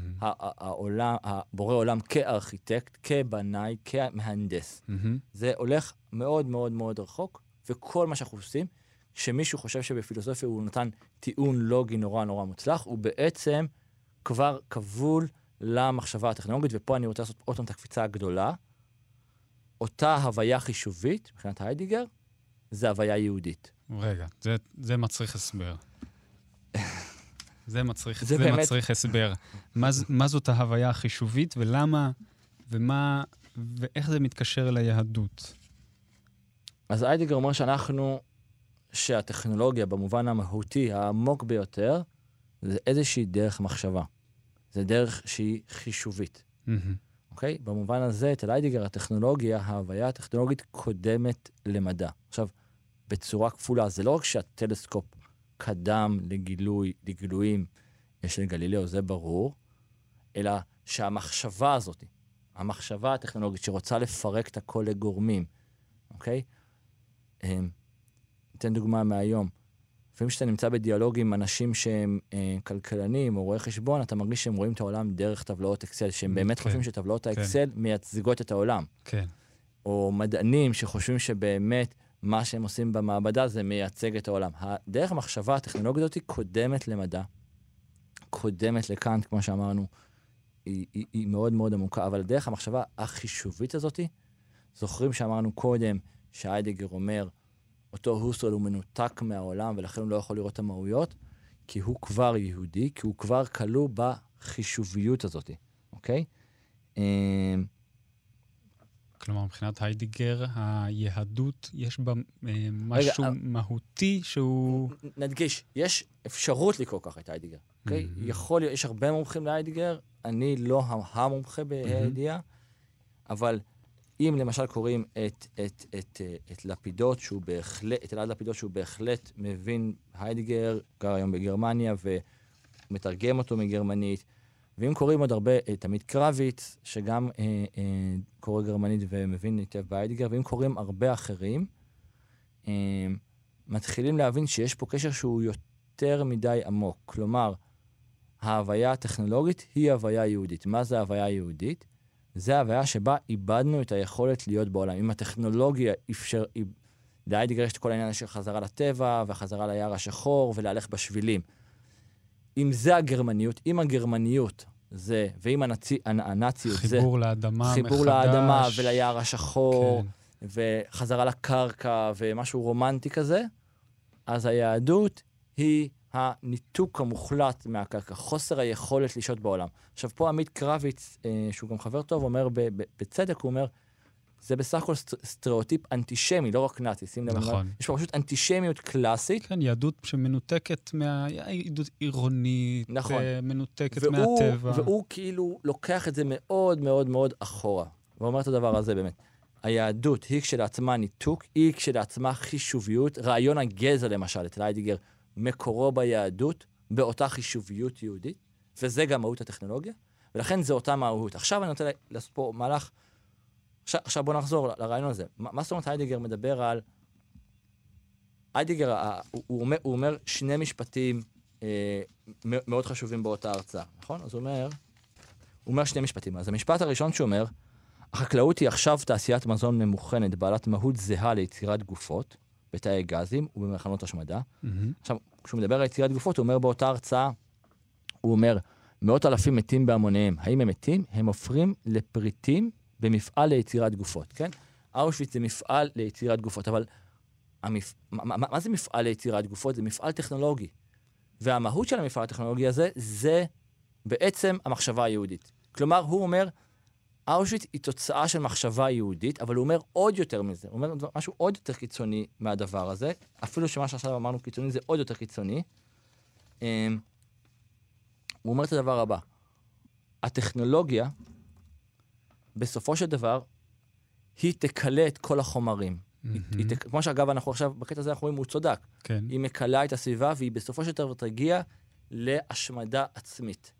Speaker 1: בורא עולם כארכיטקט, כבנאי, כמהנדס. זה הולך מאוד מאוד מאוד רחוק, וכל מה שאנחנו עושים, שמישהו חושב שבפילוסופיה הוא נתן טיעון לוגי נורא נורא מוצלח, הוא בעצם כבר כבול למחשבה הטכנולוגית, ופה אני רוצה לעשות עוד פעם את הקפיצה הגדולה. אותה הוויה חישובית, מבחינת היידיגר, זה הוויה יהודית.
Speaker 2: רגע, זה מצריך הסבר. זה מצריך הסבר. מה זאת ההוויה החישובית, ולמה, ואיך זה מתקשר ליהדות?
Speaker 1: אז היידיגר אומר שהטכנולוגיה במובן המהותי, העמוק ביותר, זה איזושהי דרך מחשבה. זה דרך שהיא חישובית. אוקיי? במובן הזה, אצל היידיגר, הטכנולוגיה, ההוויה הטכנולוגית קודמת למדע. עכשיו, בצורה כפולה, זה לא רק שהטלסקופ קדם לגילויים של גלילאו, זה ברור, אלא שהמחשבה הזאת, המחשבה הטכנולוגית שרוצה לפרק את הכל לגורמים, אוקיי? ניתן דוגמה מהיום. לפעמים כשאתה נמצא בדיאלוג עם אנשים שהם כלכלנים או רואי חשבון, אתה מרגיש שהם רואים את העולם דרך טבלאות אקסל, שהם באמת חושבים שטבלאות האקסל מייצגות את העולם.
Speaker 2: כן.
Speaker 1: או מדענים שחושבים שבאמת מה שהם עושים במעבדה זה מייצג את העולם. דרך המחשבה הטכנולוגית הזאת קודמת למדע, קודמת לקאנט, כמו שאמרנו, היא מאוד מאוד עמוקה, אבל דרך המחשבה החישובית הזאת, זוכרים שאמרנו קודם שהיידגר אומר, אותו הוסרל הוא מנותק מהעולם, ולכן הוא לא יכול לראות את המהויות, כי הוא כבר יהודי, כי הוא כבר כלוא בחישוביות הזאת, אוקיי?
Speaker 2: כלומר, מבחינת היידיגר, היהדות, יש בה משהו מהותי שהוא...
Speaker 1: נדגיש, יש אפשרות לקרוא ככה את היידיגר, אוקיי? יש הרבה מומחים להיידיגר, אני לא המומחה בידיעה, אבל אם למשל קוראים את לפידות, את אלעד לפידות, שהוא בהחלט מבין היידיגר, גר היום בגרמניה, ומתרגם אותו מגרמנית, ואם קוראים עוד הרבה, תמיד קרביץ, שגם קורא גרמנית ומבין היטב בהיידיגר, ואם קוראים הרבה אחרים, מתחילים להבין שיש פה קשר שהוא יותר מדי עמוק. כלומר, ההוויה הטכנולוגית היא הוויה יהודית. מה זה ההוויה יהודית? זה ההוויה שבה איבדנו את היכולת להיות בעולם. אם הטכנולוגיה אפשר... להיידיגר יש את כל העניין של חזרה לטבע, וחזרה ליער השחור, ולהלך בשבילים. אם זה הגרמניות, אם הגרמניות זה, ואם הנאציות זה...
Speaker 2: חיבור לאדמה מחדש.
Speaker 1: חיבור לאדמה וליער השחור, כן. וחזרה לקרקע, ומשהו רומנטי כזה, אז היהדות היא הניתוק המוחלט מהקרקע, חוסר היכולת לשהות בעולם. עכשיו, פה עמית קרביץ, שהוא גם חבר טוב, אומר בצדק, הוא אומר, זה בסך הכל סטריאוטיפ אנטישמי, לא רק נאצי, שים לב.
Speaker 2: נכון.
Speaker 1: יש פה פשוט אנטישמיות קלאסית.
Speaker 2: כן, יהדות שמנותקת יהדות עירונית,
Speaker 1: נכון.
Speaker 2: מנותקת מהטבע.
Speaker 1: והוא כאילו לוקח את זה מאוד מאוד מאוד אחורה. ואומר את הדבר הזה באמת. היהדות היא כשלעצמה ניתוק, היא כשלעצמה חישוביות. רעיון הגזע למשל, את היידיגר, מקורו ביהדות, באותה חישוביות יהודית, וזה גם מהות הטכנולוגיה, ולכן זה אותה מהות. עכשיו אני רוצה לעשות פה מהלך, עכשיו בוא נחזור לרעיון הזה. מה זאת אומרת היידיגר מדבר על... היידיגר, הוא אומר שני משפטים מאוד חשובים באותה הרצאה, נכון? אז הוא אומר שני משפטים. אז המשפט הראשון שאומר, החקלאות היא עכשיו תעשיית מזון ממוכנת, בעלת מהות זהה ליצירת גופות, בתאי גזים ובמחנות השמדה. עכשיו, כשהוא מדבר על יצירת גופות, הוא אומר באותה הרצאה, הוא אומר, מאות אלפים מתים בהמוניהם. האם הם מתים? הם הופכים לפריטים במפעל ליצירת גופות, כן? אושוויץ זה מפעל ליצירת גופות, אבל מה זה מפעל ליצירת גופות? זה מפעל טכנולוגי. והמהות של המפעל הטכנולוגי הזה, זה בעצם המחשבה היהודית. כלומר, הוא אומר, אושוויץ היא תוצאה של מחשבה יהודית, אבל הוא אומר עוד יותר מזה. הוא אומר משהו עוד יותר קיצוני מהדבר הזה, אפילו שמה שעכשיו אמרנו קיצוני זה עוד יותר קיצוני. הוא אומר את הדבר הבא. הטכנולוגיה, בסופו של דבר, היא תקלה את כל החומרים. כמו שאגב, אנחנו עכשיו, בקטע הזה אנחנו רואים, הוא צודק.
Speaker 2: כן.
Speaker 1: היא מקלה את הסביבה, והיא בסופו של דבר תגיע להשמדה עצמית.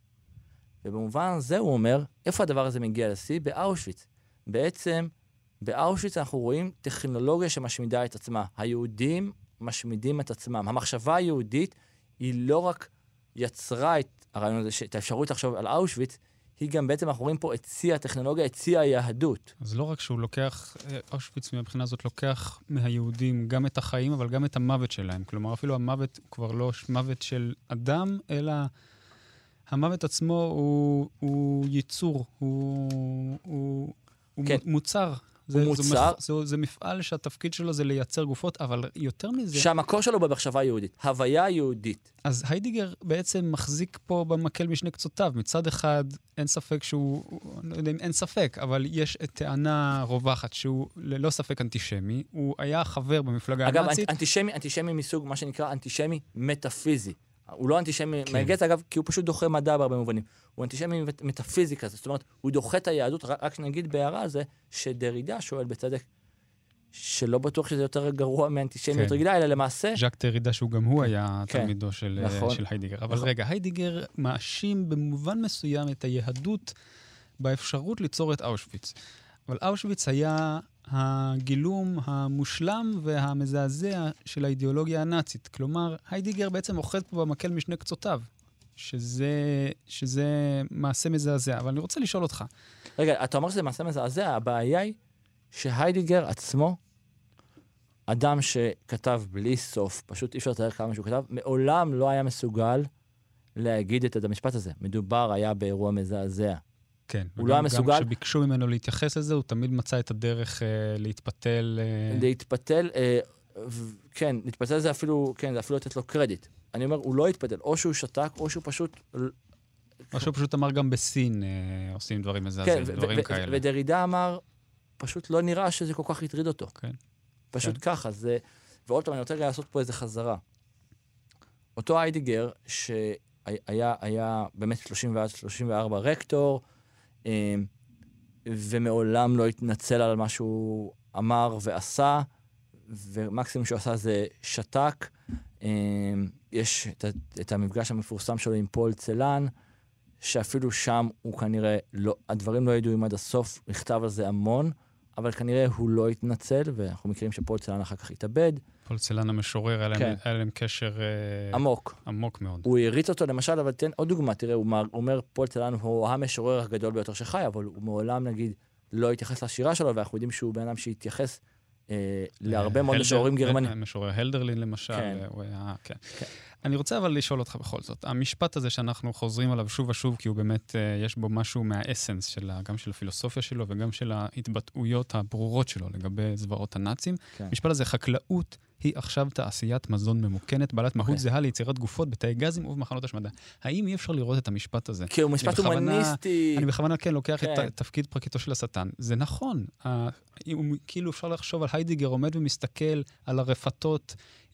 Speaker 1: ובמובן הזה הוא אומר, איפה הדבר הזה מגיע לשיא? באושוויץ. בעצם, באושוויץ אנחנו רואים טכנולוגיה שמשמידה את עצמה. היהודים משמידים את עצמם. המחשבה היהודית היא לא רק יצרה את הרעיון הזה, את האפשרות לחשוב על אושוויץ, היא גם בעצם אנחנו רואים פה את צי הטכנולוגיה, את צי היהדות.
Speaker 2: אז לא רק שהוא לוקח, אושוויץ מבחינה הזאת לוקח מהיהודים גם את החיים, אבל גם את המוות שלהם. כלומר, אפילו המוות הוא כבר לא מוות של אדם, אלא המוות עצמו הוא ייצור, הוא
Speaker 1: כן.
Speaker 2: מוצר. זה מפעל שהתפקיד שלו זה לייצר גופות, אבל יותר מזה...
Speaker 1: שהמקור שלו במחשבה יהודית, הוויה יהודית.
Speaker 2: אז היידיגר בעצם מחזיק פה במקל משני קצותיו. מצד אחד, אין ספק שהוא, לא יודע אם אין ספק, אבל יש טענה רווחת שהוא ללא ספק אנטישמי. הוא היה חבר במפלגה הנאצית.
Speaker 1: אגב, אנטישמי מסוג, מה שנקרא אנטישמי מטאפיזי. הוא לא אנטישמי מהגץ, אגב, כי הוא פשוט דוחה מדע בהרבה מובנים. הוא אנטישמי מטאפיזיקה, זאת אומרת, הוא דוחה את היהדות, רק נגיד בהערה הזה, שדרידה שואל בצדק, שלא בטוח שזה יותר גרוע מאנטישמיות רגילה, אלא למעשה...
Speaker 2: ז'אק דרידה, שהוא גם הוא היה תלמידו של היידיגר. אבל רגע, היידיגר מאשים במובן מסוים את היהדות באפשרות ליצור את אושוויץ. אבל אושוויץ היה הגילום המושלם והמזעזע של האידיאולוגיה הנאצית. כלומר, היידיגר בעצם אוחז פה במקל משני קצותיו, שזה מעשה מזעזע. אבל אני רוצה לשאול אותך.
Speaker 1: רגע, אתה אומר שזה מעשה מזעזע, הבעיה היא שהיידיגר עצמו, אדם שכתב בלי סוף, פשוט אי אפשר לתאר כמה שהוא כתב, מעולם לא היה מסוגל להגיד את המשפט הזה. מדובר היה באירוע מזעזע.
Speaker 2: כן,
Speaker 1: הוא לא היה מסוגל...
Speaker 2: גם כשביקשו ממנו להתייחס לזה, הוא תמיד מצא את הדרך להתפתל.
Speaker 1: להתפתל, כן, להתפתל זה אפילו, כן, זה אפילו לתת לו קרדיט. אני אומר, הוא לא התפתל, או שהוא שתק, או שהוא פשוט...
Speaker 2: או שהוא פשוט אמר גם בסין עושים דברים מזעזעים, דברים כאלה.
Speaker 1: ודרידה אמר, פשוט לא נראה שזה כל כך יטריד אותו.
Speaker 2: כן.
Speaker 1: פשוט ככה, זה... ועוד פעם, אני רוצה לעשות פה איזה חזרה. אותו היידיגר, שהיה באמת 34 רקטור, ומעולם לא התנצל על מה שהוא אמר ועשה, ומקסימום שהוא עשה זה שתק. יש את המפגש המפורסם שלו עם פול צלן, שאפילו שם הוא כנראה, הדברים לא ידועים עד הסוף, נכתב על זה המון, אבל כנראה הוא לא התנצל, ואנחנו מכירים שפול צלן אחר כך התאבד. פול
Speaker 2: צלן המשורר, היה להם קשר עמוק מאוד.
Speaker 1: הוא הריץ אותו למשל, אבל תן עוד דוגמה, תראה, הוא אומר, פול צלן הוא המשורר הגדול ביותר שחי, אבל הוא מעולם, נגיד, לא התייחס לשירה שלו, ואנחנו יודעים שהוא בן אדם שהתייחס להרבה מאוד משוררים גרמנים.
Speaker 2: משורר הלדרלין למשל, הוא היה, כן. אני רוצה אבל לשאול אותך בכל זאת. המשפט הזה שאנחנו חוזרים עליו שוב ושוב, כי הוא באמת, יש בו משהו מהאסנס גם של הפילוסופיה שלו, וגם של ההתבטאויות הברורות שלו לגבי זוועות הנאצים. המשפט הזה, חקלאות היא עכשיו תעשיית מזון ממוכנת, בעלת מהות זהה ליצירת גופות בתאי גזים ובמחנות השמדה. האם אי אפשר לראות את המשפט הזה?
Speaker 1: כי הוא משפט הומניסטי.
Speaker 2: אני בכוונה כן לוקח את תפקיד פרקיתו של השטן. זה נכון. כאילו אפשר לחשוב על היידיגר עומד ומסתכל על הרפתות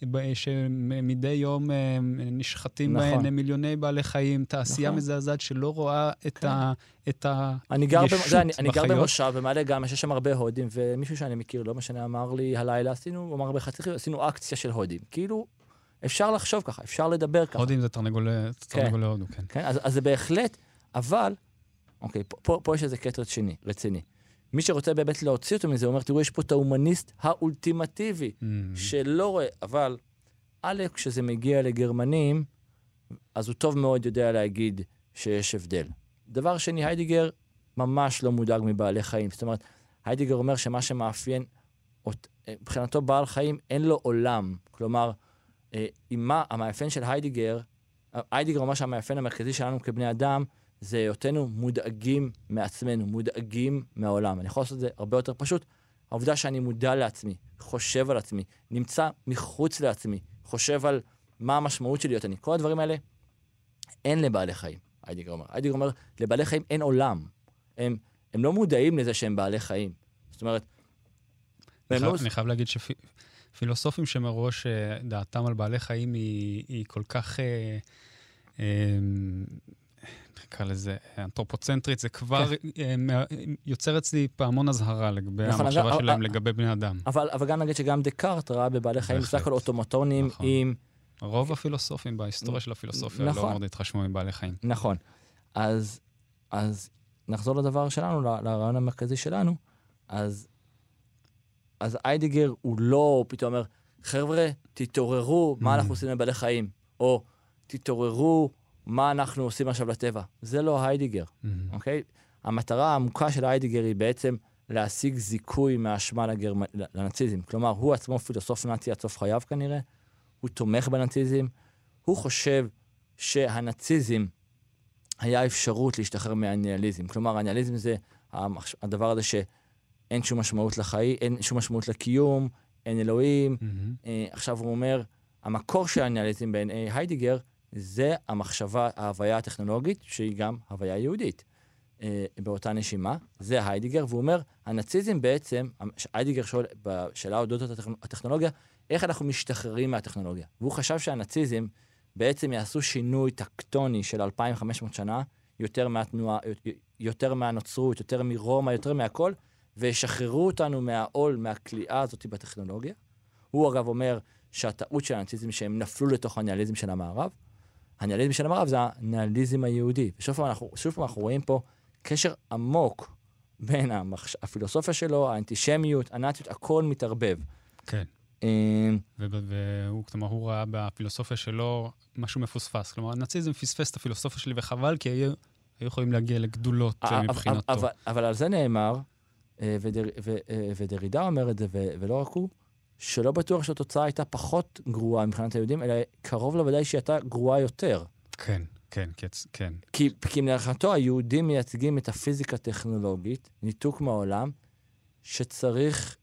Speaker 2: שמדי יום נשחטים בהן מיליוני בעלי חיים, תעשייה מזעזעת שלא רואה את הישות בחיות.
Speaker 1: אני גר במושב, במעלה גם, יש שם הרבה הודים, ומישהו שאני מכיר, לא משנה, אמר לי, הלילה עשינו אקציה של הודים. כאילו, אפשר לחשוב ככה, אפשר לדבר ככה.
Speaker 2: הודים זה תרנגולי הודו, כן.
Speaker 1: אז זה בהחלט, אבל, אוקיי, פה יש איזה קטע רציני. מי שרוצה באמת להוציא אותו מזה, הוא אומר, תראו, יש פה את ההומניסט האולטימטיבי, שלא רואה, אבל, כשזה מגיע לגרמנים, אז הוא טוב מאוד יודע להגיד שיש הבדל. דבר שני, היידיגר ממש לא מודאג מבעלי חיים. זאת אומרת, היידיגר אומר שמה שמאפיין, מבחינתו בעל חיים, אין לו עולם. כלומר, המאפיין של היידיגר אומר שהמאפיין המרכזי שלנו כבני אדם, זה היותנו מודאגים מעצמנו, מודאגים מהעולם. אני יכול לעשות את זה הרבה יותר פשוט. העובדה שאני מודע לעצמי, חושב על עצמי, נמצא מחוץ לעצמי, חושב על מה המשמעות שלי להיות אני. כל הדברים האלה אין לבעלי חיים, היידיגר אומר. היידיגר אומר, לבעלי חיים אין עולם. הם לא מודעים לזה שהם בעלי חיים. זאת אומרת...
Speaker 2: אני חייב להגיד שפילוסופים שמראש דעתם על בעלי חיים היא כל כך... נקרא לזה אנתרופוצנטרית, זה כבר יוצר אצלי פעמון הזהרה לגבי המחשבה שלהם לגבי בני אדם.
Speaker 1: אבל גם נגיד שגם דקארט ראה בבעלי חיים בסך הכל אוטומטונים עם...
Speaker 2: רוב הפילוסופים בהיסטוריה של הפילוסופיה לא מאוד התחשמו מבעלי חיים.
Speaker 1: נכון. אז נחזור לדבר שלנו, לרעיון המרכזי שלנו, אז היידיגר הוא לא פתאום אומר, חבר'ה, תתעוררו מה אנחנו עושים לבעלי חיים, או תתעוררו מה אנחנו עושים עכשיו לטבע. זה לא היידיגר, אוקיי? המטרה העמוקה של היידיגר היא בעצם להשיג זיכוי מהאשמה לנאציזם. כלומר, הוא עצמו פילוסוף נאצי עד סוף חייו כנראה, הוא תומך בנאציזם, הוא חושב שהנאציזם היה אפשרות להשתחרר מהניאליזם. כלומר, הניאליזם זה הדבר הזה שאין שום משמעות לחיים, אין שום משמעות לקיום, אין אלוהים. עכשיו הוא אומר, המקור של הניאליזם בעיני היידיגר, זה המחשבה, ההוויה הטכנולוגית, שהיא גם הוויה יהודית. באותה נשימה, זה היידיגר, והוא אומר, הנאציזם בעצם, היידיגר שואל בשאלה אודות הטכנולוגיה, איך אנחנו משתחררים מהטכנולוגיה? והוא חשב שהנאציזם בעצם יעשו שינוי טקטוני של 2500 שנה, יותר מהתנועה, יותר מהנוצרות, יותר מרומא, יותר מהכל, וישחררו אותנו מהעול, מהכליאה הזאת בטכנולוגיה. הוא אגב אומר שהטעות של הנאציזם שהם נפלו לתוך הניאליזם של המערב, הניאליזם של המערב זה הניאליזם היהודי. ושוב אנחנו רואים פה קשר עמוק בין הפילוסופיה שלו, האנטישמיות, הנאציות, הכל מתערבב.
Speaker 2: כן. והוא, כלומר, הוא ראה בפילוסופיה שלו משהו מפוספס. כלומר, הנאציזם פספס את הפילוסופיה שלי וחבל, כי היו יכולים להגיע לגדולות מבחינתו.
Speaker 1: אבל על זה נאמר, ודרידה אומר את זה, ולא רק הוא, שלא בטוח שהתוצאה הייתה פחות גרועה מבחינת היהודים, אלא קרוב לוודאי שהיא הייתה גרועה יותר.
Speaker 2: כן, כן, כן.
Speaker 1: כי מלאכתו היהודים מייצגים את הפיזיקה הטכנולוגית, ניתוק מהעולם, שצריך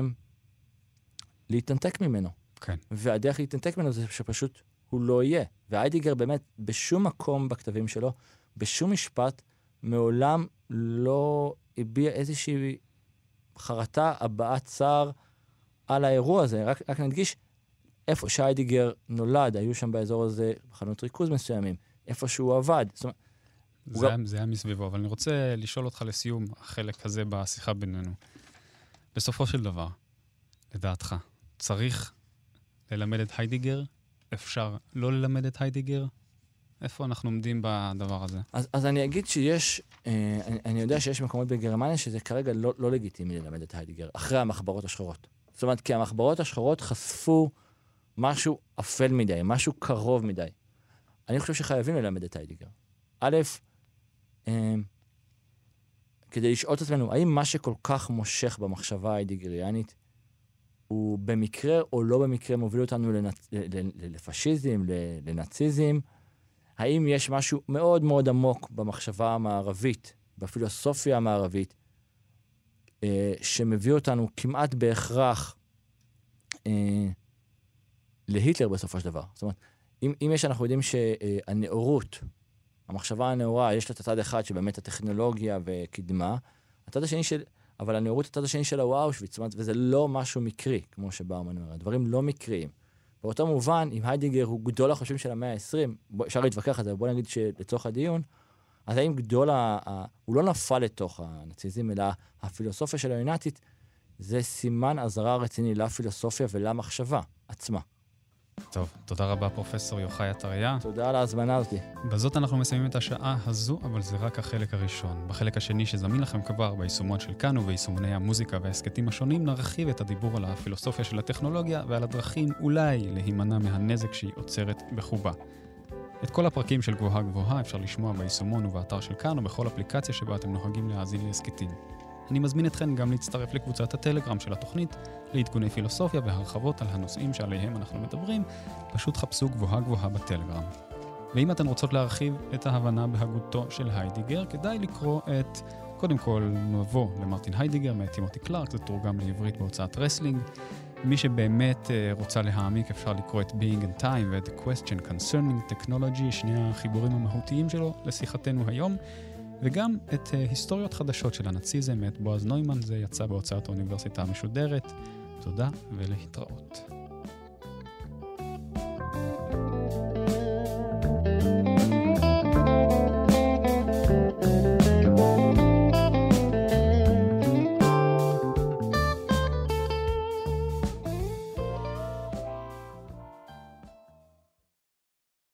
Speaker 1: להתנתק ממנו.
Speaker 2: כן.
Speaker 1: והדרך להתנתק ממנו זה שפשוט הוא לא יהיה. והיידיגר באמת, בשום מקום בכתבים שלו, בשום משפט, מעולם לא הביע איזושהי חרטה, הבעת צער על האירוע הזה. רק נדגיש, איפה שהיידיגר נולד, היו שם באזור הזה חנות ריכוז מסוימים, איפה שהוא עבד.
Speaker 2: זה היה מסביבו, אבל אני רוצה לשאול אותך לסיום החלק הזה בשיחה בינינו. בסופו של דבר, לדעתך, צריך ללמד את היידיגר? אפשר לא ללמד את היידיגר? איפה אנחנו עומדים בדבר הזה?
Speaker 1: אז אני אגיד שיש, אני יודע שיש מקומות בגרמניה שזה כרגע לא לגיטימי ללמד את היידיגר, אחרי המחברות השחורות. זאת אומרת, כי המחברות השחורות חשפו משהו אפל מדי, משהו קרוב מדי. אני חושב שחייבים ללמד את היידיגר. א', כדי לשאול את עצמנו, האם מה שכל כך מושך במחשבה ההיידיגריאנית, הוא במקרה או לא במקרה מוביל אותנו לפשיזם, לנאציזם? האם יש משהו מאוד מאוד עמוק במחשבה המערבית, בפילוסופיה המערבית, שמביא אותנו כמעט בהכרח להיטלר בסופו של דבר? זאת אומרת, אם אנחנו יודעים שהנאורות, המחשבה הנאורה, יש לה את הצד אחד שבאמת הטכנולוגיה וקדמה, הצד השני אבל הנאורות הצד השני שלה הוא אושוויץ, וזה לא משהו מקרי, כמו שבאומן אומר, הדברים לא מקריים. באותו מובן, אם היידיגר הוא גדול החושבים של המאה ה-20, אפשר להתווכח על זה, בוא נגיד שלצורך הדיון, אז האם גדול, הוא לא נפל לתוך הנאציזם, אלא הפילוסופיה של הנאצית, זה סימן אזהרה רציני לפילוסופיה ולמחשבה עצמה.
Speaker 2: טוב, תודה רבה פרופסור יוחאי עטריה.
Speaker 1: תודה על ההזמנה הזו.
Speaker 2: בזאת אנחנו מסיימים את השעה הזו, אבל זה רק החלק הראשון. בחלק השני שזמין לכם כבר ביישומות של כאן וביישומוני המוזיקה וההסקטים השונים, נרחיב את הדיבור על הפילוסופיה של הטכנולוגיה ועל הדרכים אולי להימנע מהנזק שהיא עוצרת בחובה. את כל הפרקים של גבוהה גבוהה אפשר לשמוע ביישומון ובאתר של כאן ובכל אפליקציה שבה אתם נוהגים להאזין להסקטים. אני מזמין אתכן גם להצטרף לקבוצת הטלגרם של התוכנית, לעדכוני פילוסופיה והרחבות על הנושאים שעליהם אנחנו מדברים, פשוט חפשו גבוהה גבוהה בטלגרם. ואם אתן רוצות להרחיב את ההבנה בהגותו של היידיגר, כדאי לקרוא את, קודם כל, מבוא למרטין היידיגר מאת טימותי קלארק, זה תורגם לעברית בהוצאת רסלינג. מי שבאמת רוצה להעמיק אפשר לקרוא את Being and Time ואת The Question Concerning Technology, שני החיבורים המהותיים שלו לשיחתנו היום. וגם את היסטוריות חדשות של הנאציזם, את בועז נוימן, זה יצא בהוצאת האוניברסיטה המשודרת. תודה ולהתראות.